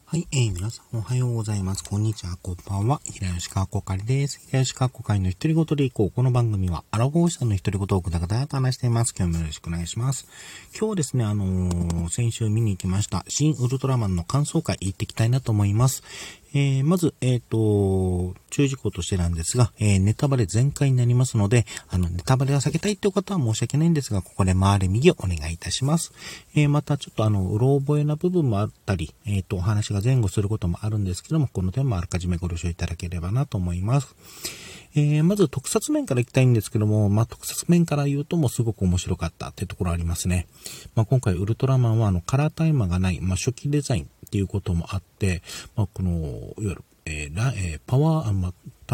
はい、皆さんおはようございます。こんにちは、こんばんは。平吉川こかりです。平吉川こかりの独り言でいこう。この番組は、アラフォーさんの独り言をぐだぐだと話しています。今日もよろしくお願いします。今日ですね、先週見に行きました、新ウルトラマンの感想会行ってきたいなと思います。まず、注意事項としてなんですが、ネタバレ全開になりますので、ネタバレが避けたいという方は申し訳ないんですが、ここで回れ右をお願いいたします。また、ちょっとうろ覚えな部分もあったり、お話が前後することもあるんですけども、この点もあらかじめご了承いただければなと思います。まず特撮面からいきたいんですけども、特撮面から言うともうすごく面白かったっていうところありますね。今回ウルトラマンはカラータイマーがない、初期デザインっていうこともあって、この、いわゆる、パワー、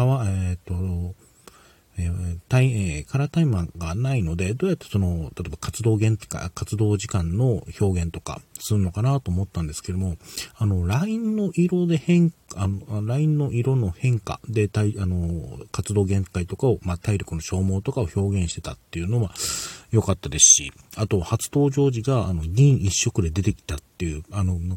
カラータイマーがないので、どうやって例えば活動時間の表現とかするのかなと思ったんですけども、ラインの色の変化で、活動限界とかを、体力の消耗とかを表現してたっていうのは良かったですし、あと、初登場時が、銀一色で出てきたっていう、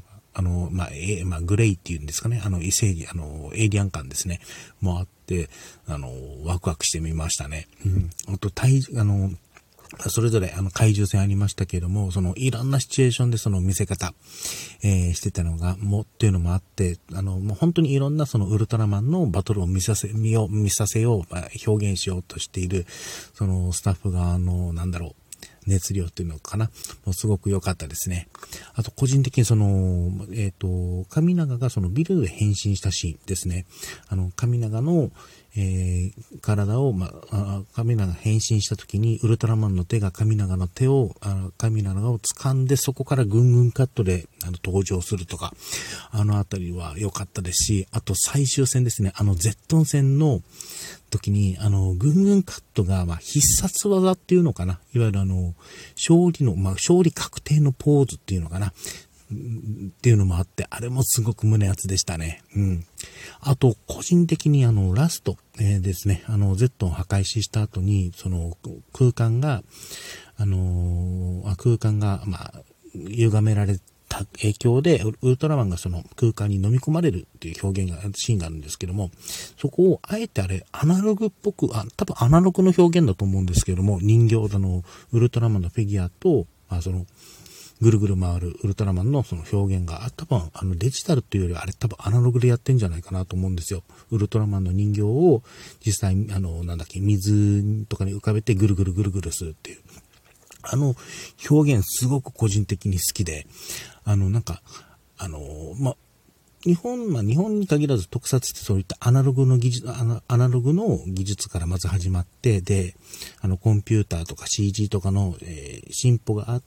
グレイっていうんですかね、異星人、エイリアン感ですね、もあって、ワクワクしてみましたね。あと、それぞれ怪獣戦ありましたけれども、いろんなシチュエーションで見せ方、してたのが、っていうのもあって、もう本当にいろんなウルトラマンのバトルを見させよう、表現しようとしている、スタッフ側の、熱量っていうのかな。もうすごく良かったですね。あと、個人的に神長がビルで変身したシーンですね。神長の、体を、神長が変身した時に、ウルトラマンの手が神長の手を、神長を掴んで、そこからぐんぐんカットで、登場するとか、あたりは良かったですし、あと最終戦ですね。ゼットン戦の時に、ぐんぐんカットが、必殺技っていうのかな。いわゆる勝利確定のポーズっていうのかな。っていうのもあって、あれもすごく胸熱でしたね。あと、個人的にラスト、ですね、ゼットンを破壊した後に、空間が、歪められた影響で、ウルトラマンが空間に飲み込まれるっていうシーンがあるんですけども、そこをあえてアナログっぽく、多分アナログの表現だと思うんですけども、人形ウルトラマンのフィギュアと、ぐるぐる回るウルトラマンの表現が、多分デジタルっていうよりは多分アナログでやってんじゃないかなと思うんですよ。ウルトラマンの人形を実際水とかに浮かべてぐるぐるぐるぐるするっていう。表現すごく個人的に好きで、日本に限らず特撮ってそういったアナログの技術からまず始まって、で、コンピューターとか CG とかの、進歩があって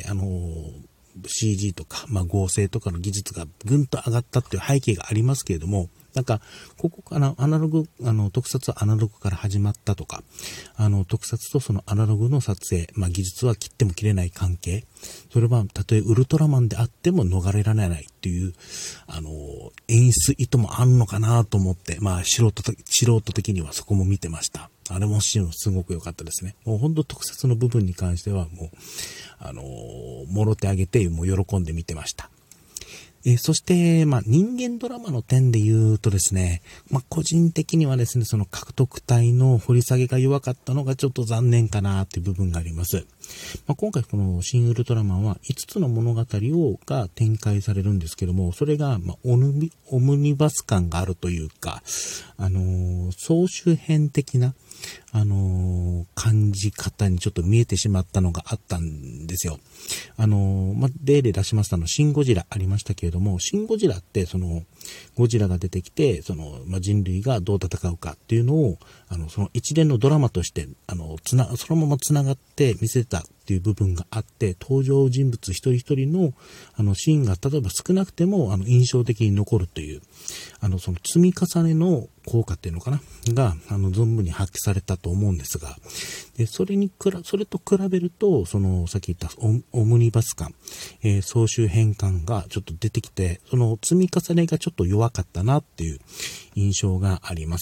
、CG とか、合成とかの技術がぐんと上がったっていう背景がありますけれども、ここから特撮はアナログから始まったとか、特撮とアナログの撮影、技術は切っても切れない関係。それは、たとえウルトラマンであっても逃れられないっていう、演出意図もあんのかなと思って、素人的にはそこも見てました。あれもすごく良かったですね。もう本当特撮の部分に関してはもう、もろ手あげて、もう喜んで見てました。そして、人間ドラマの点で言うとですね、個人的にはですね、獲得体の掘り下げが弱かったのがちょっと残念かなっていう部分があります。今回この新ウルトラマンは5つの物語が展開されるんですけども、それが、オムニバス感があるというか、総集編的な、感じ方にちょっと見えてしまったのがあったんですよ。例で出しますシン・ゴジラありましたけれども、シン・ゴジラって、ゴジラが出てきて、人類がどう戦うかっていうのを、一連のドラマとして、そのまま繋がって見せたっていう部分があって、登場人物一人一人の、シーンが、例えば少なくても、印象的に残るという、積み重ねの効果っていうのかなが、存分に発揮されたと思うんですが、で、それと比べると、さっき言ったオムニバス感、総集編感がちょっと出てきて、積み重ねがちょっと弱かったなっていう印象があります。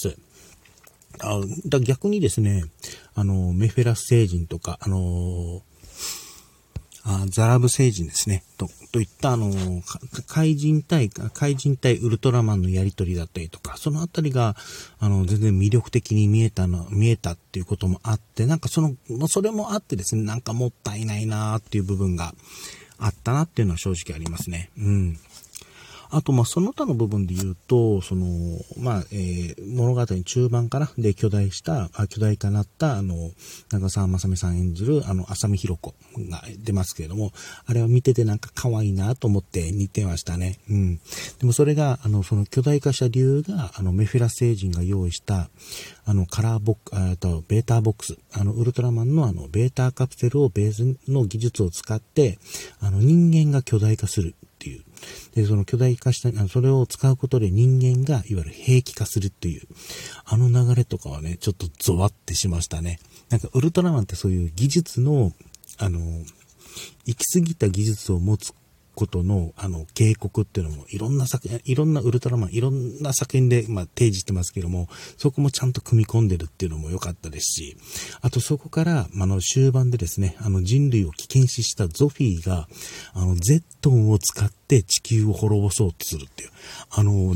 逆にですね、メフェラス星人とか、 ザラブ星人ですね。といった怪人対ウルトラマンのやりとりだったりとか、そのあたりが、全然魅力的に見えたっていうこともあって、なんかそれもあってですね、なんかもったいないなーっていう部分があったなっていうのは正直ありますね。うん。あと、その他の部分で言うと、物語中盤からで巨大化なった、長澤まさみさん演じる、浅見弘子が出ますけれども、あれを見ててなんか可愛いなと思って似てましたね。うん。でもそれが、その巨大化した理由が、メフィラス星人が用意した、カラーボック、ベータボックス、ウルトラマンのベータカプセルをベースの技術を使って、人間が巨大化するっていう。で、その巨大化した、それを使うことで人間がいわゆる兵器化するっていう、流れとかはね、ちょっとゾワってしましたね。なんかウルトラマンってそういう技術の、行き過ぎた技術を持つことの、警告っていうのもいろんなウルトラマン、いろんな作品で、提示してますけども、そこもちゃんと組み込んでるっていうのも良かったですし、あとそこから、終盤でですね、人類を危険視したゾフィーが、ゼットンを使って地球を滅ぼそうとするっていう、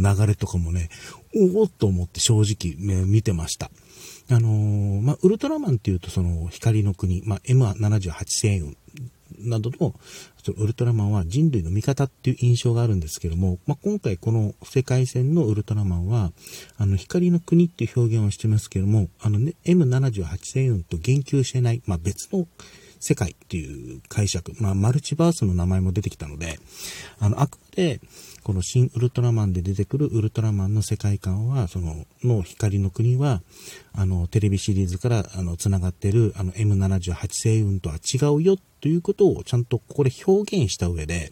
流れとかもね、おおっと思って正直、見てました。ウルトラマンっていうとその光の国、M78 星雲などのウルトラマンは人類の味方っていう印象があるんですけども、今回この世界線のウルトラマンは光の国っていう表現をしてますけども、M78 星雲と言及してない、別の世界っていう解釈、マルチバースの名前も出てきたので、あくまでこの新ウルトラマンで出てくるウルトラマンの世界観は、の光の国はテレビシリーズから繋がっているM78 星雲とは違うよということをちゃんとここで表現した上で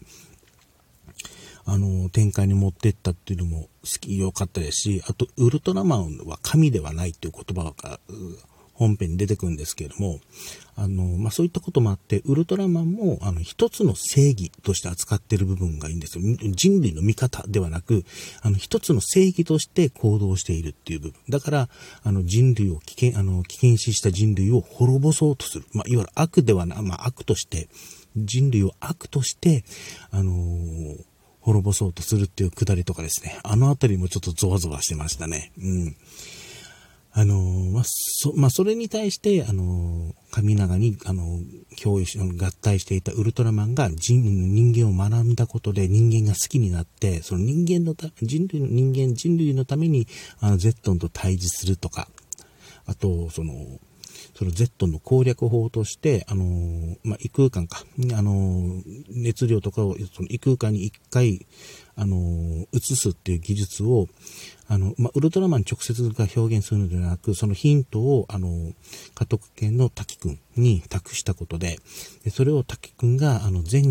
展開に持っていったっていうのも良かったですし、あとウルトラマンは神ではないという言葉が本編に出てくるんですけれども、そういったこともあって、ウルトラマンも、一つの正義として扱っている部分がいいんですよ。人類の味方ではなく、一つの正義として行動しているっていう部分。だから、人類を危険視した人類を滅ぼそうとする。いわゆる悪ではな、悪として、人類を悪として、滅ぼそうとするっていうくだりとかですね。あたりもちょっとゾワゾワしてましたね。うん。それに対して、神長に、合体していたウルトラマンが人間を学んだことで人間が好きになって、その人類のために、ゼットンと対峙するとか、あと、そのゼットンの攻略法として、異空間か、熱量とかを、その異空間に一回、移すっていう技術を、ウルトラマン直接が表現するのではなく、そのヒントを、家督犬の滝くんに託したことで、それを滝くんが、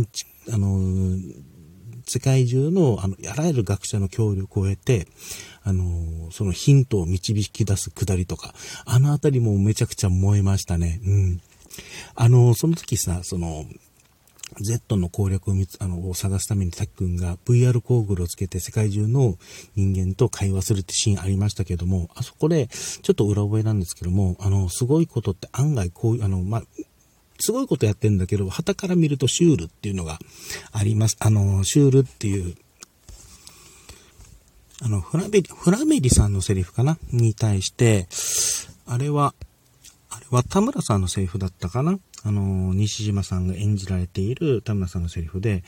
世界中の、あらゆる学者の協力を得て、そのヒントを導き出すくだりとか、あたりもめちゃくちゃ燃えましたね。うん。その時さ、Z の攻略を探すためにタキ君が VR ゴーグルをつけて世界中の人間と会話するってシーンありましたけども、あそこでちょっと裏覚えなんですけども、すごいことって案外こういう、すごいことやってるんだけど、旗から見るとシュールっていうのがあります。シュールっていう、フラメリさんのセリフかなに対して、あれは田村さんのセリフだったかな、西島さんが演じられている田村さんのセリフで、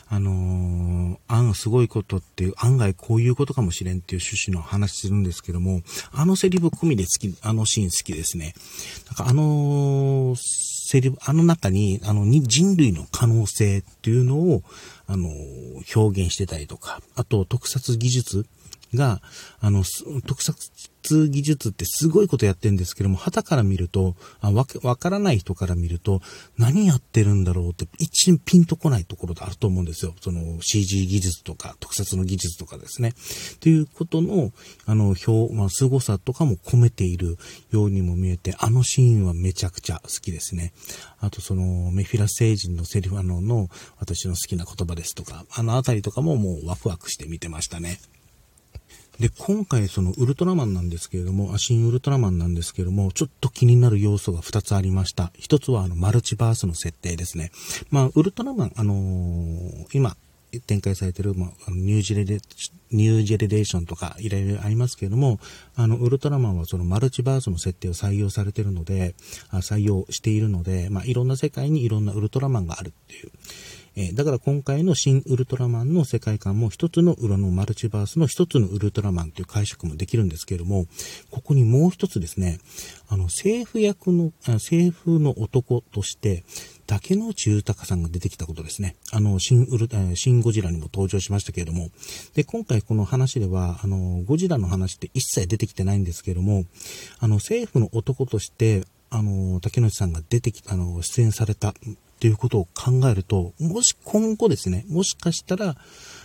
すごいことっていう、案外こういうことかもしれんっていう趣旨の話するんですけども、セリフ込みでシーン好きですね。なんかセリフ、中に、人類の可能性っていうのを、表現してたりとか、あと特撮技術が、特撮技術ってすごいことやってるんですけども、旗から見ると、わからない人から見ると、何やってるんだろうって一瞬ピンとこないところがあると思うんですよ。その CG 技術とか、特撮の技術とかですね。ということの、凄さとかも込めているようにも見えて、シーンはめちゃくちゃ好きですね。あとメフィラス星人のセリフの私の好きな言葉ですとか、あたりとかももうワクワクして見てましたね。 で、今回そのウルトラマンなんですけれども、新ウルトラマンなんですけれども、ちょっと気になる要素が2つありました。一つはマルチバースの設定ですね。ウルトラマン、今展開されている、ニュージェネレーションとかいろいろありますけれども、ウルトラマンはそのマルチバースの設定を採用しているので、いろんな世界にいろんなウルトラマンがあるっていう。だから今回の新ウルトラマンの世界観も一つのマルチバースの一つのウルトラマンという解釈もできるんですけれども、ここにもう一つですね、政府の男として、竹野内豊さんが出てきたことですね。新ゴジラにも登場しましたけれども。で、今回この話では、ゴジラの話って一切出てきてないんですけれども、政府の男として、竹野内さんが出演されたっていうことを考えると、もし今後ですね、もしかしたら、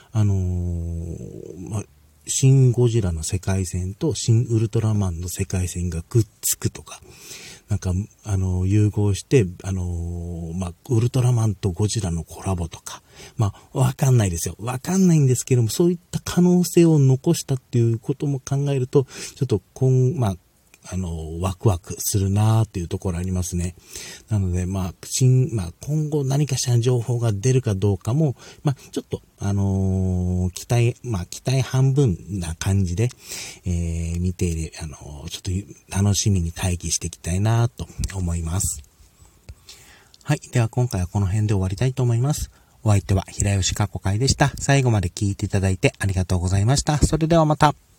新ゴジラの世界線と新ウルトラマンの世界線がくっつくとか、融合して、ウルトラマンとゴジラのコラボとか、わかんないですよ。わかんないんですけども、そういった可能性を残したっていうことも考えると、ちょっとワクワクするなーっていうところありますね。なので、今後何かしらの情報が出るかどうかも、ちょっと、期待半分な感じで、見ている、ちょっと楽しみに待機していきたいなと思います。はい。では今回はこの辺で終わりたいと思います。お相手は平吉かこかいでした。最後まで聞いていただいてありがとうございました。それではまた。